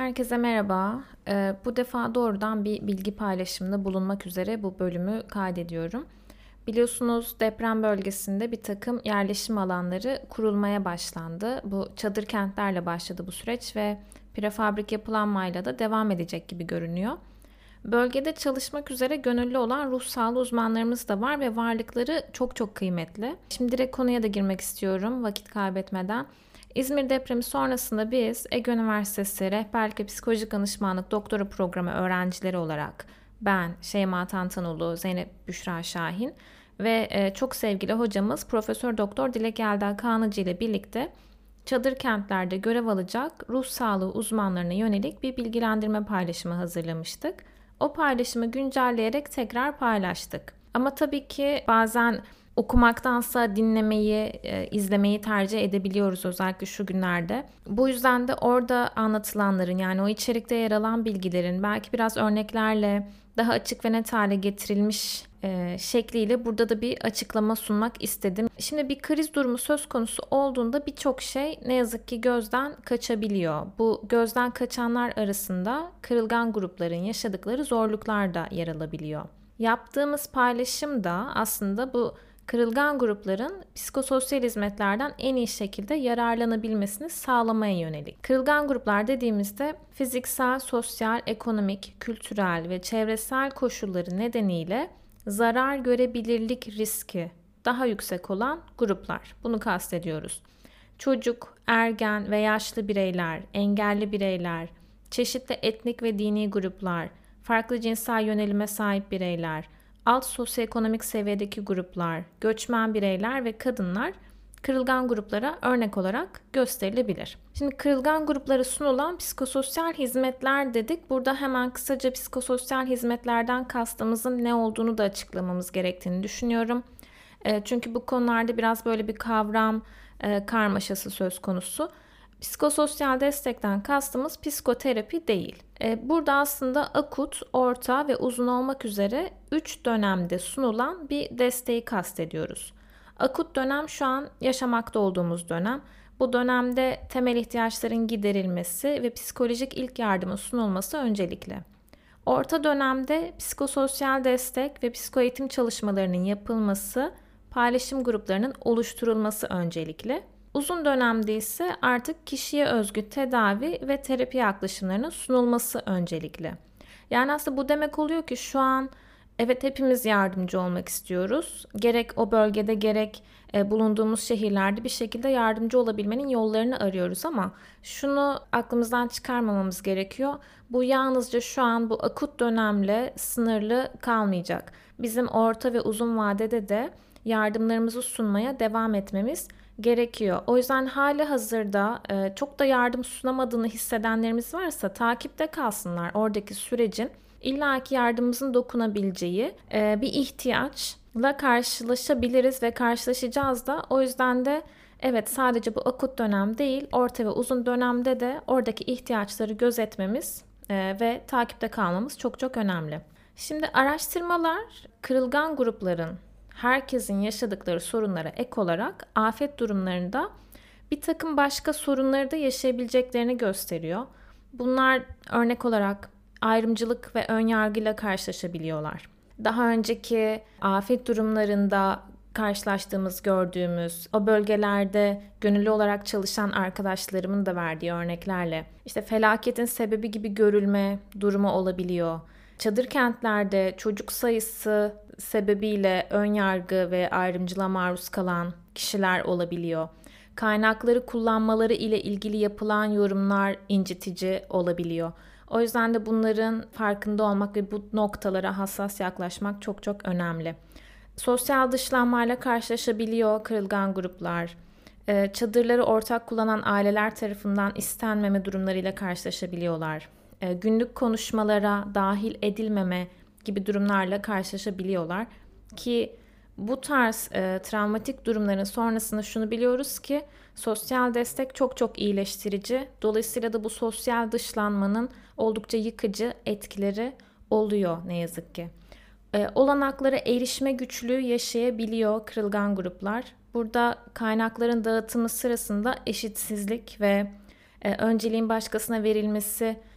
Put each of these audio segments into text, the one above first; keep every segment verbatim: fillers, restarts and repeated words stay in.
Herkese merhaba. Ee, bu defa doğrudan bir bilgi paylaşımında bulunmak üzere bu bölümü kaydediyorum. Biliyorsunuz deprem bölgesinde bir takım yerleşim alanları kurulmaya başlandı. Bu çadır kentlerle başladı bu süreç ve prefabrik yapılanmayla da devam edecek gibi görünüyor. Bölgede çalışmak üzere gönüllü olan ruh sağlığı uzmanlarımız da var ve varlıkları çok çok kıymetli. Şimdi direkt konuya da girmek istiyorum vakit kaybetmeden. İzmir depremi sonrasında biz Ege Üniversitesi Rehberlik ve Psikolojik Danışmanlık Doktora Programı öğrencileri olarak ben, Şeyma Tantanoğlu, Zeynep Büşra Şahin ve çok sevgili hocamız Profesör Doktor Dilek Yelda Kanıcı ile birlikte çadır kentlerde görev alacak ruh sağlığı uzmanlarına yönelik bir bilgilendirme paylaşımı hazırlamıştık. O paylaşımı güncelleyerek tekrar paylaştık. Ama tabii ki bazen okumaktansa dinlemeyi, e, izlemeyi tercih edebiliyoruz özellikle şu günlerde. Bu yüzden de orada anlatılanların yani o içerikte yer alan bilgilerin belki biraz örneklerle daha açık ve net hale getirilmiş e, şekliyle burada da bir açıklama sunmak istedim. Şimdi bir kriz durumu söz konusu olduğunda birçok şey ne yazık ki gözden kaçabiliyor. Bu gözden kaçanlar arasında kırılgan grupların yaşadıkları zorluklar da yer alabiliyor. Yaptığımız paylaşım da aslında bu kırılgan grupların psikososyal hizmetlerden en iyi şekilde yararlanabilmesini sağlamaya yönelik. Kırılgan gruplar dediğimizde fiziksel, sosyal, ekonomik, kültürel ve çevresel koşulları nedeniyle zarar görebilirlik riski daha yüksek olan gruplar. Bunu kastediyoruz. Çocuk, ergen ve yaşlı bireyler, engelli bireyler, çeşitli etnik ve dini gruplar, farklı cinsel yönelime sahip bireyler, alt sosyoekonomik seviyedeki gruplar, göçmen bireyler ve kadınlar kırılgan gruplara örnek olarak gösterilebilir. Şimdi kırılgan gruplara sunulan psikososyal hizmetler dedik. Burada hemen kısaca psikososyal hizmetlerden kastımızın ne olduğunu da açıklamamız gerektiğini düşünüyorum. Çünkü bu konularda biraz böyle bir kavram karmaşası söz konusu. Psikososyal destekten kastımız psikoterapi değil. Burada aslında akut, orta ve uzun olmak üzere üç dönemde sunulan bir desteği kastediyoruz. Akut dönem şu an yaşamakta olduğumuz dönem. Bu dönemde temel ihtiyaçların giderilmesi ve psikolojik ilk yardımın sunulması öncelikli. Orta dönemde psikososyal destek ve psikoeğitim çalışmalarının yapılması, paylaşım gruplarının oluşturulması öncelikli. Uzun dönemde ise artık kişiye özgü tedavi ve terapi yaklaşımlarının sunulması öncelikli. Yani aslında bu demek oluyor ki şu an evet hepimiz yardımcı olmak istiyoruz. Gerek o bölgede gerek bulunduğumuz şehirlerde bir şekilde yardımcı olabilmenin yollarını arıyoruz ama şunu aklımızdan çıkarmamamız gerekiyor. Bu yalnızca şu an bu akut dönemle sınırlı kalmayacak. Bizim orta ve uzun vadede de yardımlarımızı sunmaya devam etmemiz gerekiyor. O yüzden hali hazırda e, çok da yardım sunamadığını hissedenlerimiz varsa takipte kalsınlar. Oradaki sürecin illaki yardımımızın dokunabileceği e, bir ihtiyaçla karşılaşabiliriz ve karşılaşacağız da. O yüzden de evet sadece bu akut dönem değil, orta ve uzun dönemde de oradaki ihtiyaçları gözetmemiz e, ve takipte kalmamız çok çok önemli. Şimdi araştırmalar kırılgan grupların herkesin yaşadıkları sorunlara ek olarak afet durumlarında bir takım başka sorunları da yaşayabileceklerini gösteriyor. Bunlar örnek olarak ayrımcılık ve önyargıyla karşılaşabiliyorlar. Daha önceki afet durumlarında karşılaştığımız, gördüğümüz, o bölgelerde gönüllü olarak çalışan arkadaşlarımın da verdiği örneklerle işte felaketin sebebi gibi görülme durumu olabiliyor. Çadır kentlerde çocuk sayısı sebebiyle önyargı ve ayrımcılığa maruz kalan kişiler olabiliyor. Kaynakları kullanmaları ile ilgili yapılan yorumlar incitici olabiliyor. O yüzden de bunların farkında olmak ve bu noktalara hassas yaklaşmak çok çok önemli. Sosyal dışlanmayla karşılaşabiliyor kırılgan gruplar. Çadırları ortak kullanan aileler tarafından istenmeme durumlarıyla karşılaşabiliyorlar. Günlük konuşmalara dahil edilmeme gibi durumlarla karşılaşabiliyorlar ki bu tarz e, travmatik durumların sonrasında şunu biliyoruz ki sosyal destek çok çok iyileştirici. Dolayısıyla da bu sosyal dışlanmanın oldukça yıkıcı etkileri oluyor ne yazık ki. E, olanaklara erişme güçlüğü yaşayabiliyor kırılgan gruplar. Burada kaynakların dağıtımı sırasında eşitsizlik ve e, önceliğin başkasına verilmesi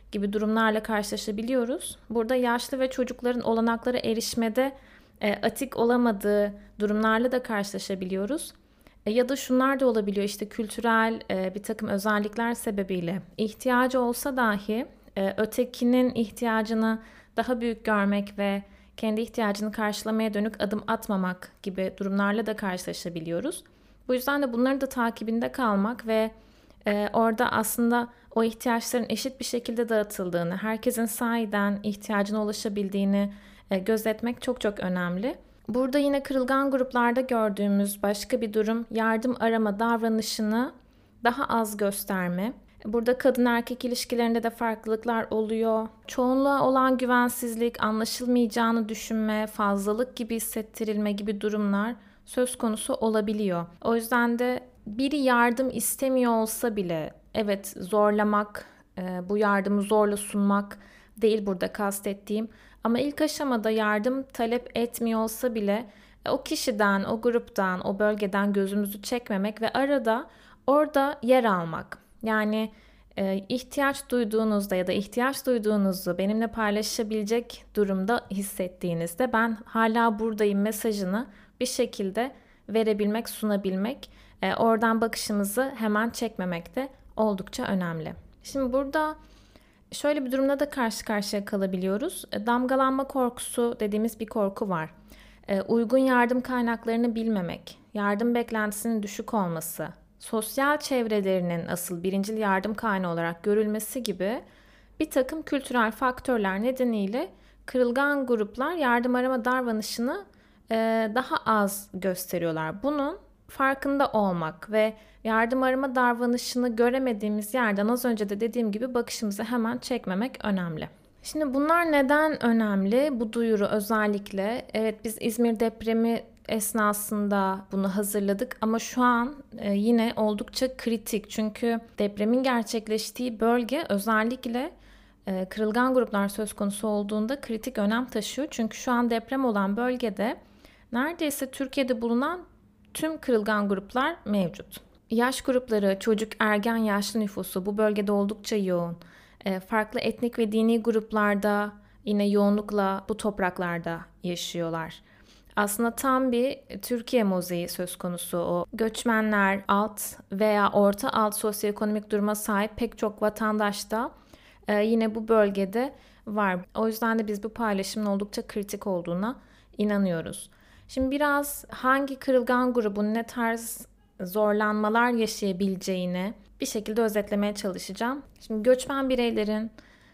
gibi durumlarla karşılaşabiliyoruz. Burada yaşlı ve çocukların olanaklara erişmede e, atik olamadığı durumlarla da karşılaşabiliyoruz. E, ya da şunlar da olabiliyor, işte kültürel e, bir takım özellikler sebebiyle ihtiyacı olsa dahi e, ötekinin ihtiyacını daha büyük görmek ve kendi ihtiyacını karşılamaya dönük adım atmamak gibi durumlarla da karşılaşabiliyoruz. Bu yüzden de bunların da takibinde kalmak ve e, orada aslında o ihtiyaçların eşit bir şekilde dağıtıldığını, herkesin sahiden ihtiyacına ulaşabildiğini e, gözetmek çok çok önemli. Burada yine kırılgan gruplarda gördüğümüz başka bir durum, yardım arama davranışını daha az gösterme. Burada kadın erkek ilişkilerinde de farklılıklar oluyor. Çoğunluğa olan güvensizlik, anlaşılmayacağını düşünme, fazlalık gibi hissettirilme gibi durumlar söz konusu olabiliyor. O yüzden de biri yardım istemiyor olsa bile, evet, zorlamak, bu yardımı zorla sunmak değil burada kastettiğim. Ama ilk aşamada yardım talep etmiyor olsa bile o kişiden, o gruptan, o bölgeden gözümüzü çekmemek ve arada orada yer almak. Yani e, ihtiyaç duyduğunuzda ya da ihtiyaç duyduğunuzu benimle paylaşabilecek durumda hissettiğinizde ben hala buradayım mesajını bir şekilde verebilmek, sunabilmek, e, oradan bakışımızı hemen çekmemek de oldukça önemli. Şimdi burada şöyle bir durumda da karşı karşıya kalabiliyoruz. E, damgalanma korkusu dediğimiz bir korku var. E, uygun yardım kaynaklarını bilmemek, yardım beklentisinin düşük olması, sosyal çevrelerinin asıl birincil yardım kaynağı olarak görülmesi gibi bir takım kültürel faktörler nedeniyle kırılgan gruplar yardım arama davranışını e, daha az gösteriyorlar. Bunun farkında olmak ve yardım arama davranışını göremediğimiz yerden az önce de dediğim gibi bakışımızı hemen çekmemek önemli. Şimdi bunlar neden önemli? Bu duyuru özellikle, evet, biz İzmir depremi esnasında bunu hazırladık ama şu an e, yine oldukça kritik. Çünkü depremin gerçekleştiği bölge özellikle e, kırılgan gruplar söz konusu olduğunda kritik önem taşıyor. Çünkü şu an deprem olan bölgede neredeyse Türkiye'de bulunan tüm kırılgan gruplar mevcut. Yaş grupları, çocuk, ergen, yaşlı nüfusu bu bölgede oldukça yoğun. E, farklı etnik ve dini gruplarda yine yoğunlukla bu topraklarda yaşıyorlar. Aslında tam bir Türkiye mozaiği söz konusu o. Göçmenler, alt veya orta alt sosyoekonomik duruma sahip pek çok vatandaş da e, yine bu bölgede var. O yüzden de biz bu paylaşımın oldukça kritik olduğuna inanıyoruz. Şimdi biraz hangi kırılgan grubun ne tarz zorlanmalar yaşayabileceğini bir şekilde özetlemeye çalışacağım. Şimdi göçmen bireylerin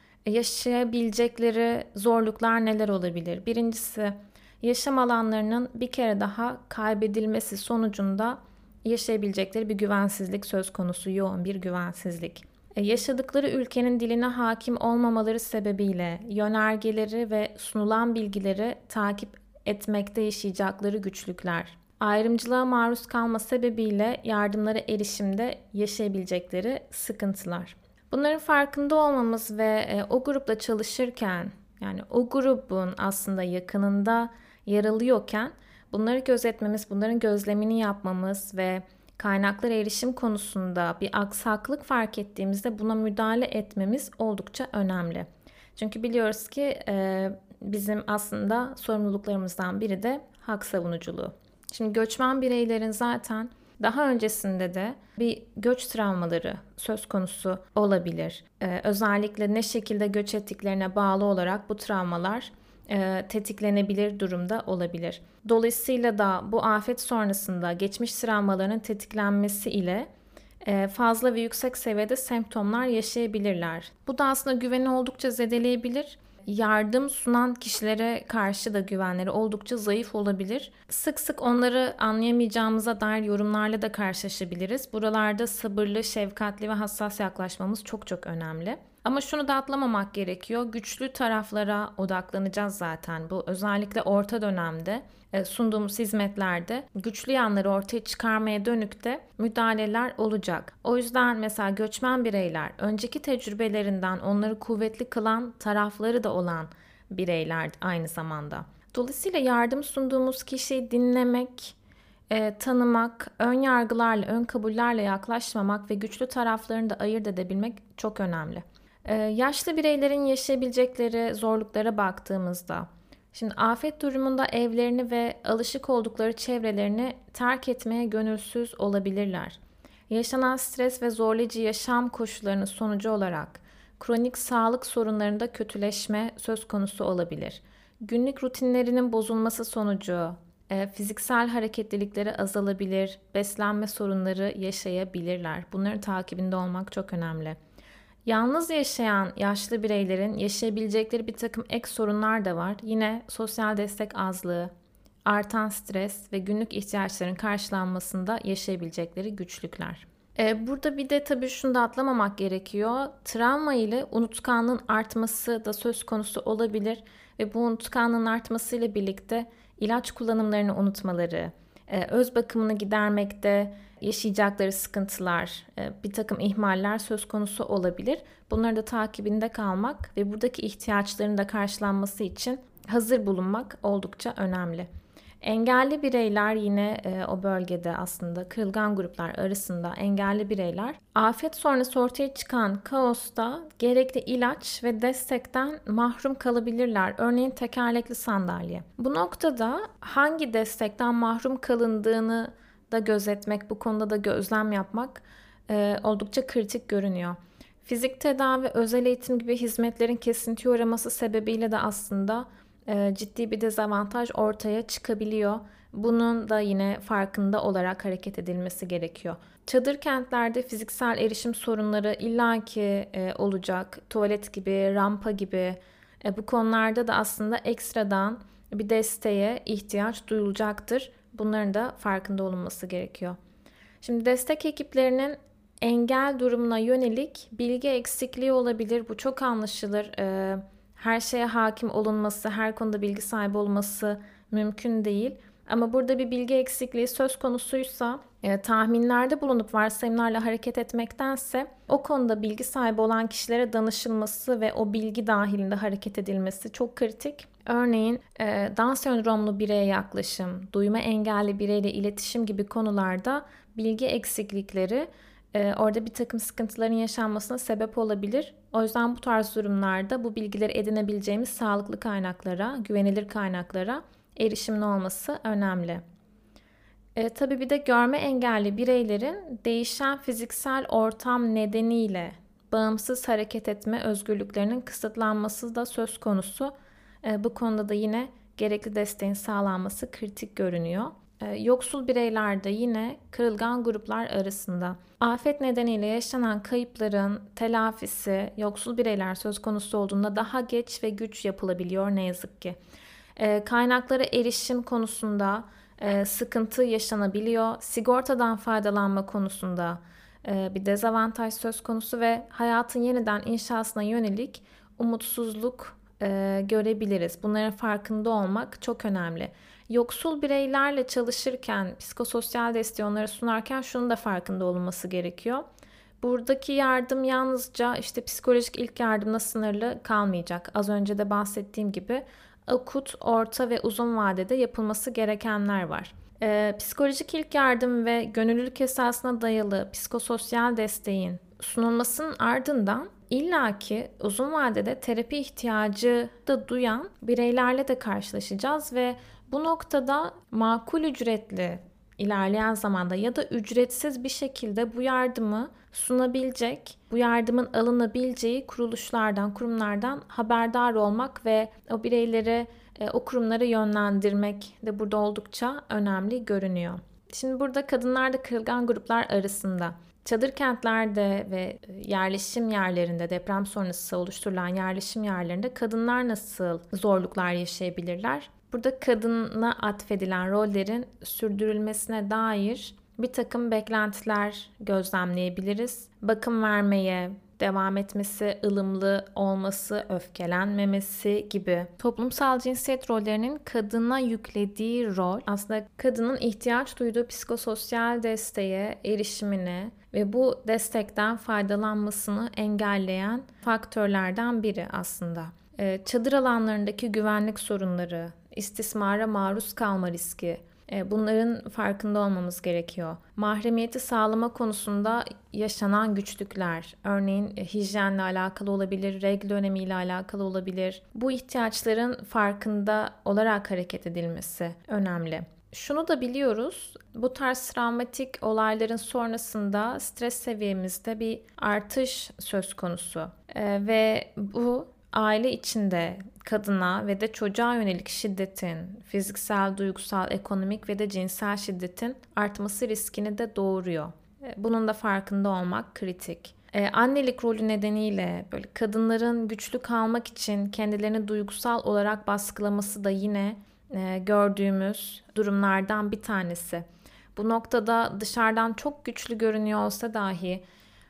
yaşayabilecekleri zorluklar neler olabilir? Birincisi, yaşam alanlarının bir kere daha kaybedilmesi sonucunda yaşayabilecekleri bir güvensizlik söz konusu, yoğun bir güvensizlik. Yaşadıkları ülkenin diline hakim olmamaları sebebiyle yönergeleri ve sunulan bilgileri takip etmekte yaşayacakları güçlükler, ayrımcılığa maruz kalma sebebiyle yardımlara erişimde yaşayabilecekleri sıkıntılar. Bunların farkında olmamız ve o grupla çalışırken, yani o grubun aslında yakınında yer alıyorken bunları gözetmemiz, bunların gözlemini yapmamız ve kaynaklara erişim konusunda bir aksaklık fark ettiğimizde buna müdahale etmemiz oldukça önemli. Çünkü biliyoruz ki e, bizim aslında sorumluluklarımızdan biri de hak savunuculuğu. Şimdi göçmen bireylerin zaten daha öncesinde de bir göç travmaları söz konusu olabilir. Ee, özellikle ne şekilde göç ettiklerine bağlı olarak bu travmalar e, tetiklenebilir durumda olabilir. Dolayısıyla da bu afet sonrasında geçmiş travmaların tetiklenmesi ile e, fazla ve yüksek seviyede semptomlar yaşayabilirler. Bu da aslında güveni oldukça zedeleyebilir. Yardım sunan kişilere karşı da güvenleri oldukça zayıf olabilir. Sık sık onları anlayamayacağımıza dair yorumlarla da karşılaşabiliriz. Buralarda sabırlı, şefkatli ve hassas yaklaşmamız çok çok önemli. Ama şunu da atlamamak gerekiyor. Güçlü taraflara odaklanacağız zaten. Bu özellikle orta dönemde sunduğumuz hizmetlerde güçlü yanları ortaya çıkarmaya dönük de müdahaleler olacak. O yüzden mesela göçmen bireyler önceki tecrübelerinden onları kuvvetli kılan tarafları da olan bireyler aynı zamanda. Dolayısıyla yardım sunduğumuz kişiyi dinlemek, e, tanımak, ön yargılarla, ön kabullerle yaklaşmamak ve güçlü taraflarını da ayırt edebilmek çok önemli. Ee, yaşlı bireylerin yaşayabilecekleri zorluklara baktığımızda, şimdi afet durumunda evlerini ve alışık oldukları çevrelerini terk etmeye gönülsüz olabilirler. Yaşanan stres ve zorlayıcı yaşam koşullarının sonucu olarak kronik sağlık sorunlarında kötüleşme söz konusu olabilir. Günlük rutinlerinin bozulması sonucu e, fiziksel hareketlilikleri azalabilir, beslenme sorunları yaşayabilirler. Bunların takibinde olmak çok önemli. Yalnız yaşayan yaşlı bireylerin yaşayabilecekleri bir takım ek sorunlar da var. Yine sosyal destek azlığı, artan stres ve günlük ihtiyaçların karşılanmasında yaşayabilecekleri güçlükler. Ee, burada bir de tabii şunu da atlamamak gerekiyor. Travma ile unutkanlığın artması da söz konusu olabilir ve bu unutkanlığın artmasıyla birlikte ilaç kullanımlarını unutmaları, e, öz bakımını gidermekte yaşayacakları sıkıntılar, e, bir takım ihmaller söz konusu olabilir. Bunları da takibinde kalmak ve buradaki ihtiyaçların da karşılanması için hazır bulunmak oldukça önemli. Engelli bireyler yine e, o bölgede aslında kırılgan gruplar arasında engelli bireyler afet sonrası ortaya çıkan kaosta gerekli ilaç ve destekten mahrum kalabilirler. Örneğin tekerlekli sandalye. Bu noktada hangi destekten mahrum kalındığını da gözetmek, bu konuda da gözlem yapmak e, oldukça kritik görünüyor. Fizik tedavi, özel eğitim gibi hizmetlerin kesintiye uğraması sebebiyle de aslında e, ciddi bir dezavantaj ortaya çıkabiliyor. Bunun da yine farkında olarak hareket edilmesi gerekiyor. Çadır kentlerde fiziksel erişim sorunları illaki e, olacak. Tuvalet gibi, rampa gibi e, bu konularda da aslında ekstradan bir desteğe ihtiyaç duyulacaktır. Bunların da farkında olunması gerekiyor. Şimdi destek ekiplerinin engel durumuna yönelik bilgi eksikliği olabilir. Bu çok anlaşılır. Ee, her şeye hakim olunması, her konuda bilgi sahibi olması mümkün değil. Ama burada bir bilgi eksikliği söz konusuysa e, tahminlerde bulunup varsayımlarla hareket etmektense o konuda bilgi sahibi olan kişilere danışılması ve o bilgi dahilinde hareket edilmesi çok kritik. Örneğin e, Down sendromlu bireye yaklaşım, duyma engelli bireyle iletişim gibi konularda bilgi eksiklikleri e, orada bir takım sıkıntıların yaşanmasına sebep olabilir. O yüzden bu tarz durumlarda bu bilgileri edinebileceğimiz sağlıklı kaynaklara, güvenilir kaynaklara erişimin olması önemli. E, tabii bir de görme engelli bireylerin değişen fiziksel ortam nedeniyle bağımsız hareket etme özgürlüklerinin kısıtlanması da söz konusu. E, bu konuda da yine gerekli desteğin sağlanması kritik görünüyor. E, yoksul bireyler de yine kırılgan gruplar arasında. Afet nedeniyle yaşanan kayıpların telafisi yoksul bireyler söz konusu olduğunda daha geç ve güç yapılabiliyor ne yazık ki. E, kaynaklara erişim konusunda e, sıkıntı yaşanabiliyor. Sigortadan faydalanma konusunda e, bir dezavantaj söz konusu ve hayatın yeniden inşasına yönelik umutsuzluk e, görebiliriz. Bunların farkında olmak çok önemli. Yoksul bireylerle çalışırken, psikososyal desteği onlara sunarken şunun da farkında olunması gerekiyor. Buradaki yardım yalnızca işte psikolojik ilk yardımla sınırlı kalmayacak. Az önce de bahsettiğim gibi akut, orta ve uzun vadede yapılması gerekenler var. Ee, psikolojik ilk yardım ve gönüllülük esasına dayalı psikososyal desteğin sunulmasının ardından illaki uzun vadede terapi ihtiyacı da duyan bireylerle de karşılaşacağız ve bu noktada makul ücretli ilerleyen zamanda ya da ücretsiz bir şekilde bu yardımı sunabilecek, bu yardımın alınabileceği kuruluşlardan, kurumlardan haberdar olmak ve o bireyleri o kurumlara yönlendirmek de burada oldukça önemli görünüyor. Şimdi burada kadınlar da kırılgan gruplar arasında çadır kentlerde ve yerleşim yerlerinde, deprem sonrası oluşturulan yerleşim yerlerinde kadınlar nasıl zorluklar yaşayabilirler? Burada kadına atfedilen rollerin sürdürülmesine dair bir takım beklentiler gözlemleyebiliriz. Bakım vermeye devam etmesi, ılımlı olması, öfkelenmemesi gibi. Toplumsal cinsiyet rollerinin kadına yüklediği rol aslında kadının ihtiyaç duyduğu psikososyal desteğe erişimini ve bu destekten faydalanmasını engelleyen faktörlerden biri aslında. Çadır alanlarındaki güvenlik sorunları, istismara maruz kalma riski, E, Bunların farkında olmamız gerekiyor. Mahremiyeti sağlama konusunda yaşanan güçlükler, örneğin e, hijyenle alakalı olabilir, regl dönemiyle alakalı olabilir. Bu ihtiyaçların farkında olarak hareket edilmesi önemli. Şunu da biliyoruz, bu tarz travmatik olayların sonrasında stres seviyemizde bir artış söz konusu. Ee, ve bu aile içinde kadına ve de çocuğa yönelik şiddetin, fiziksel, duygusal, ekonomik ve de cinsel şiddetin artması riskini de doğuruyor. Ee, bunun da farkında olmak kritik. Ee, annelik rolü nedeniyle böyle kadınların güçlü kalmak için kendilerini duygusal olarak baskılaması da yine e, gördüğümüz durumlardan bir tanesi. Bu noktada dışarıdan çok güçlü görünüyor olsa dahi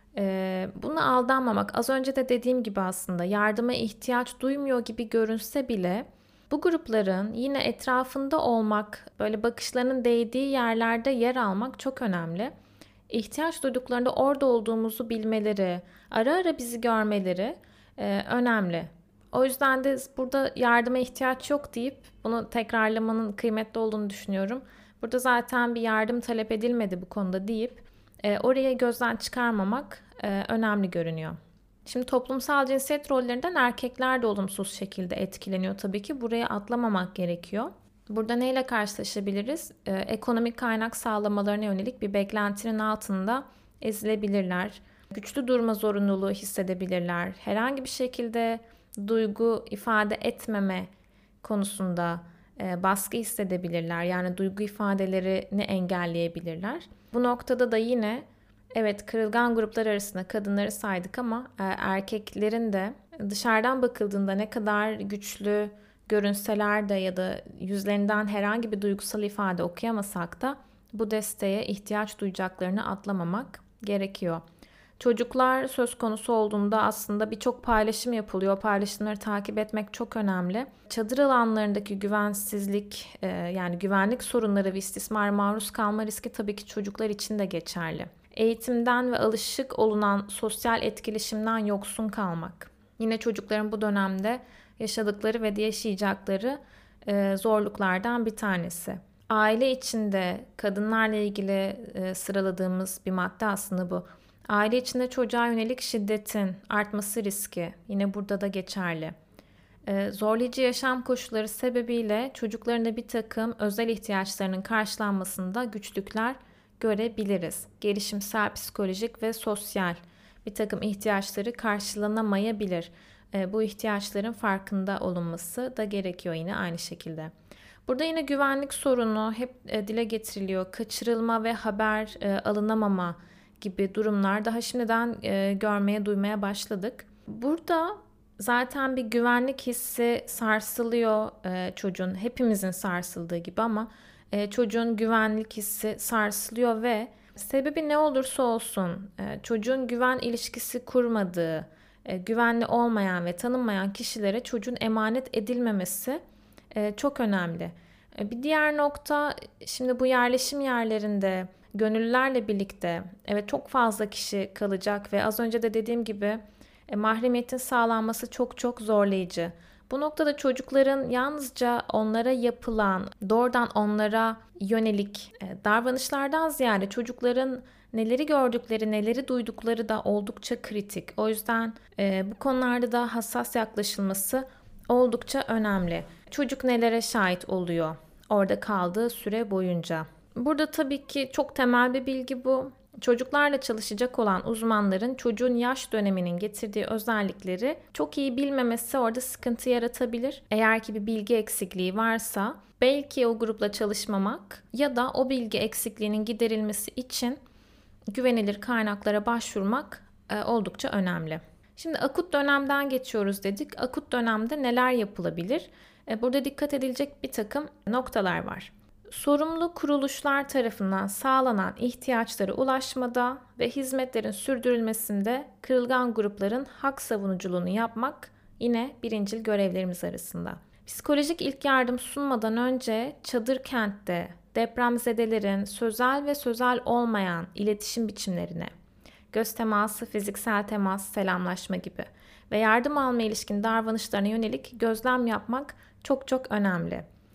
e, buna aldanmamak, az önce de dediğim gibi aslında yardıma ihtiyaç duymuyor gibi görünse bile bu grupların yine etrafında olmak, böyle bakışlarının değdiği yerlerde yer almak çok önemli. İhtiyaç duyduklarında orada olduğumuzu bilmeleri, ara ara bizi görmeleri e, önemli. O yüzden de burada yardıma ihtiyaç yok deyip bunu tekrarlamanın kıymetli olduğunu düşünüyorum. Burada zaten bir yardım talep edilmedi bu konuda deyip e, oraya gözden çıkarmamak e, önemli görünüyor. Şimdi toplumsal cinsiyet rollerinden erkekler de olumsuz şekilde etkileniyor tabii ki. Buraya atlamamak gerekiyor. Burada neyle karşılaşabiliriz? Ee, ekonomik kaynak sağlamalarına yönelik bir beklentinin altında ezilebilirler. Güçlü durma zorunluluğu hissedebilirler. Herhangi bir şekilde duygu ifade etmeme konusunda e, baskı hissedebilirler. Yani duygu ifadelerini engelleyebilirler. Bu noktada da yine evet, kırılgan gruplar arasında kadınları saydık ama e, erkeklerin de dışarıdan bakıldığında ne kadar güçlü görünseler de ya da yüzlerinden herhangi bir duygusal ifade okuyamasak da bu desteğe ihtiyaç duyacaklarını atlamamak gerekiyor. Çocuklar söz konusu olduğunda aslında birçok paylaşım yapılıyor. Paylaşımları takip etmek çok önemli. Çadır alanlarındaki güvensizlik, e, yani güvenlik sorunları ve istismara maruz kalma riski tabii ki çocuklar için de geçerli. Eğitimden ve alışık olunan sosyal etkileşimden yoksun kalmak. Yine çocukların bu dönemde yaşadıkları ve yaşayacakları e, zorluklardan bir tanesi. Aile içinde kadınlarla ilgili e, sıraladığımız bir madde aslında bu. Aile içinde çocuğa yönelik şiddetin artması riski yine burada da geçerli. E, zorlayıcı yaşam koşulları sebebiyle çocukların da bir takım özel ihtiyaçlarının karşılanmasında güçlükler görebiliriz. Gelişimsel, psikolojik ve sosyal bir takım ihtiyaçları karşılanamayabilir. E, bu ihtiyaçların farkında olunması da gerekiyor yine aynı şekilde. Burada yine güvenlik sorunu hep e, dile getiriliyor. Kaçırılma ve haber e, alınamama gibi durumlar daha şimdiden e, görmeye, duymaya başladık. Burada zaten bir güvenlik hissi sarsılıyor e, çocuğun. Hepimizin sarsıldığı gibi ama e, çocuğun güvenlik hissi sarsılıyor ve sebebi ne olursa olsun e, çocuğun güven ilişkisi kurmadığı, e, güvenli olmayan ve tanınmayan kişilere çocuğun emanet edilmemesi e, çok önemli. E, bir diğer nokta, şimdi bu yerleşim yerlerinde gönüllülerle birlikte evet çok fazla kişi kalacak ve az önce de dediğim gibi e, mahremiyetin sağlanması çok çok zorlayıcı. Bu noktada çocukların yalnızca onlara yapılan, doğrudan onlara yönelik e, davranışlardan ziyade çocukların neleri gördükleri, neleri duydukları da oldukça kritik. O yüzden e, bu konularda da hassas yaklaşılması oldukça önemli. Çocuk nelere şahit oluyor orada kaldığı süre boyunca? Burada tabii ki çok temel bir bilgi bu. Çocuklarla çalışacak olan uzmanların çocuğun yaş döneminin getirdiği özellikleri çok iyi bilmemesi orada sıkıntı yaratabilir. Eğer ki bir bilgi eksikliği varsa belki o grupla çalışmamak ya da o bilgi eksikliğinin giderilmesi için güvenilir kaynaklara başvurmak e, oldukça önemli. Şimdi akut dönemden geçiyoruz dedik. Akut dönemde neler yapılabilir? E, burada dikkat edilecek bir takım noktalar var. Sorumlu kuruluşlar tarafından sağlanan ihtiyaçlara ulaşmada ve hizmetlerin sürdürülmesinde kırılgan grupların hak savunuculuğunu yapmak yine birincil görevlerimiz arasında. Psikolojik ilk yardım sunmadan önce çadır kentte depremzedelerin sözel ve sözel olmayan iletişim biçimlerine, göz teması, fiziksel temas, selamlaşma gibi ve yardım alma ilişkin davranışlarına yönelik gözlem yapmak çok çok önemli.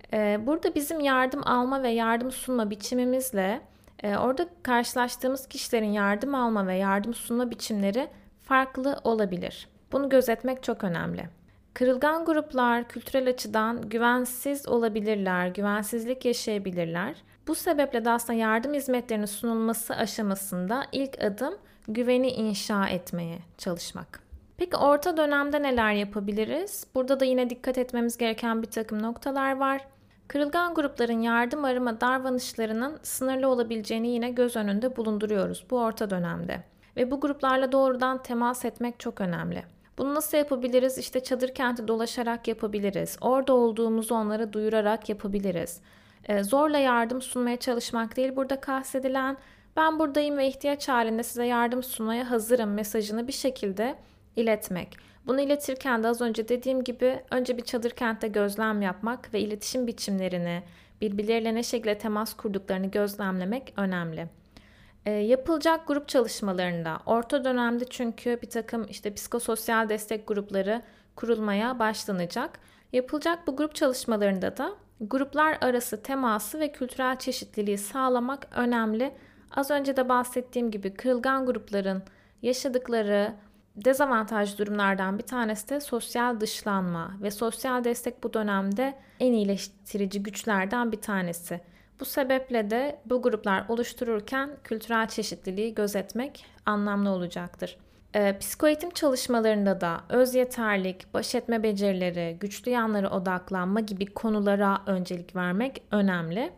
Ee, burada bizim yardım alma ve yardım sunma biçimimizle e, orada karşılaştığımız kişilerin yardım alma ve yardım sunma biçimleri farklı olabilir. Bunu gözetmek çok önemli. Kırılgan gruplar kültürel açıdan güvensiz olabilirler, güvensizlik yaşayabilirler. Bu sebeple de aslında yardım hizmetlerinin sunulması aşamasında ilk adım güveni inşa etmeye çalışmak. Peki orta dönemde neler yapabiliriz? Burada da yine dikkat etmemiz gereken bir takım noktalar var. Kırılgan grupların yardım arama davranışlarının sınırlı olabileceğini yine göz önünde bulunduruyoruz bu orta dönemde. Ve bu gruplarla doğrudan temas etmek çok önemli. Bunu nasıl yapabiliriz? İşte çadır kenti dolaşarak yapabiliriz. Orada olduğumuzu onlara duyurarak yapabiliriz. Ee, zorla yardım sunmaya çalışmak değil burada kastedilen, ben buradayım ve ihtiyaç halinde size yardım sunmaya hazırım mesajını bir şekilde iletmek. Bunu iletirken de az önce dediğim gibi önce bir çadır kentte gözlem yapmak ve iletişim biçimlerini, birbirleriyle ne şekilde temas kurduklarını gözlemlemek önemli. E, yapılacak grup çalışmalarında orta dönemde çünkü bir takım işte psikososyal destek grupları kurulmaya başlanacak. Yapılacak bu grup çalışmalarında da gruplar arası teması ve kültürel çeşitliliği sağlamak önemli. Az önce de bahsettiğim gibi kırılgan grupların yaşadıkları dezavantajlı durumlardan bir tanesi de sosyal dışlanma ve sosyal destek bu dönemde en iyileştirici güçlerden bir tanesi. Bu sebeple de bu gruplar oluştururken kültürel çeşitliliği gözetmek anlamlı olacaktır. Ee, psikoeğitim çalışmalarında da öz yeterlik, baş etme becerileri, güçlü yanlara odaklanma gibi konulara öncelik vermek önemli.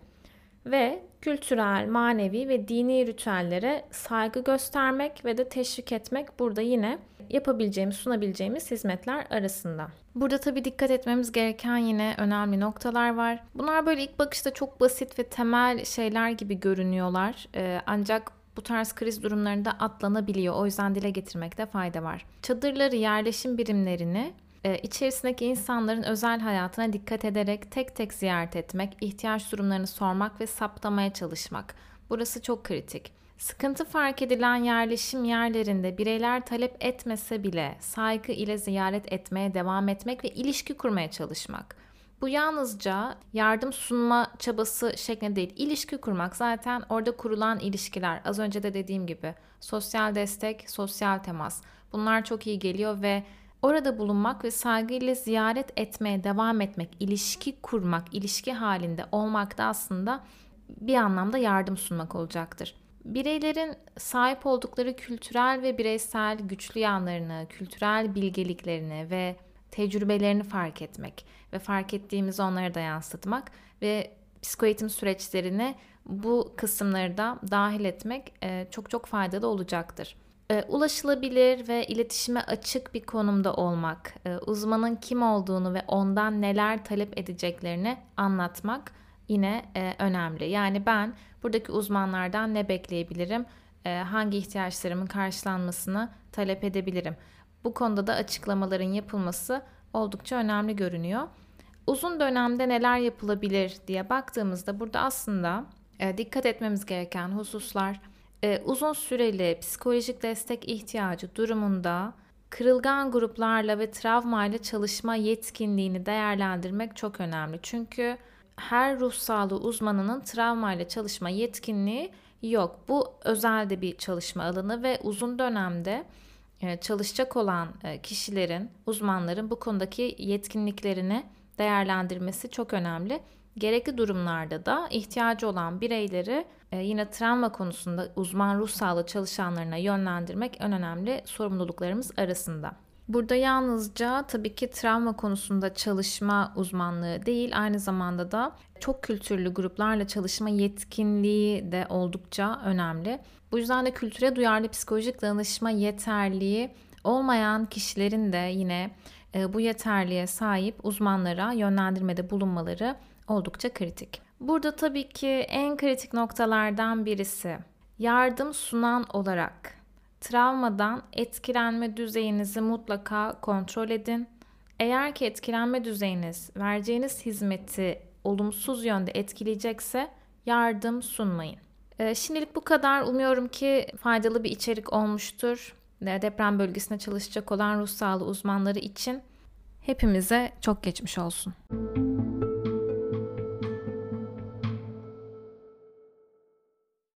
Ve kültürel, manevi ve dini ritüellere saygı göstermek ve de teşvik etmek burada yine yapabileceğimiz, sunabileceğimiz hizmetler arasında. Burada tabii dikkat etmemiz gereken yine önemli noktalar var. Bunlar böyle ilk bakışta çok basit ve temel şeyler gibi görünüyorlar. Ee, ancak bu tarz kriz durumlarında atlanabiliyor. O yüzden dile getirmekte fayda var. Çadırları, yerleşim birimlerini İçerisindeki insanların özel hayatına dikkat ederek tek tek ziyaret etmek, ihtiyaç durumlarını sormak ve saptamaya çalışmak. Burası çok kritik. Sıkıntı fark edilen yerleşim yerlerinde bireyler talep etmese bile saygı ile ziyaret etmeye devam etmek ve ilişki kurmaya çalışmak. Bu yalnızca yardım sunma çabası şeklinde değil, ilişki kurmak. Zaten orada kurulan ilişkiler, az önce de dediğim gibi sosyal destek, sosyal temas. Bunlar çok iyi geliyor ve orada bulunmak ve saygıyla ziyaret etmeye devam etmek, ilişki kurmak, ilişki halinde olmak da aslında bir anlamda yardım sunmak olacaktır. Bireylerin sahip oldukları kültürel ve bireysel güçlü yanlarını, kültürel bilgeliklerini ve tecrübelerini fark etmek ve fark ettiğimizi onlara da yansıtmak ve psikoeğitim süreçlerine bu kısımları da dahil etmek çok çok faydalı olacaktır. Ulaşılabilir ve iletişime açık bir konumda olmak, uzmanın kim olduğunu ve ondan neler talep edeceklerini anlatmak yine önemli. Yani ben buradaki uzmanlardan ne bekleyebilirim, hangi ihtiyaçlarımın karşılanmasını talep edebilirim. Bu konuda da açıklamaların yapılması oldukça önemli görünüyor. Uzun dönemde neler yapılabilir diye baktığımızda burada aslında dikkat etmemiz gereken hususlar, Ee, uzun süreli psikolojik destek ihtiyacı durumunda kırılgan gruplarla ve travmayla çalışma yetkinliğini değerlendirmek çok önemli. Çünkü her ruh sağlığı uzmanının travmayla çalışma yetkinliği yok. Bu özel de bir çalışma alanı ve uzun dönemde çalışacak olan kişilerin, uzmanların bu konudaki yetkinliklerini değerlendirmesi çok önemli. Gerekli durumlarda da ihtiyacı olan bireyleri yine travma konusunda uzman ruh sağlığı çalışanlarına yönlendirmek en önemli sorumluluklarımız arasında. Burada yalnızca tabii ki travma konusunda çalışma uzmanlığı değil, aynı zamanda da çok kültürlü gruplarla çalışma yetkinliği de oldukça önemli. Bu yüzden de kültüre duyarlı psikolojik danışma yeterliği olmayan kişilerin de yine bu yeterliğe sahip uzmanlara yönlendirmede bulunmaları oldukça kritik. Burada tabii ki en kritik noktalardan birisi yardım sunan olarak travmadan etkilenme düzeyinizi mutlaka kontrol edin. Eğer ki etkilenme düzeyiniz vereceğiniz hizmeti olumsuz yönde etkileyecekse yardım sunmayın. Ee, şimdilik bu kadar. Umuyorum ki faydalı bir içerik olmuştur. Deprem bölgesinde çalışacak olan ruh sağlığı uzmanları için hepimize çok geçmiş olsun.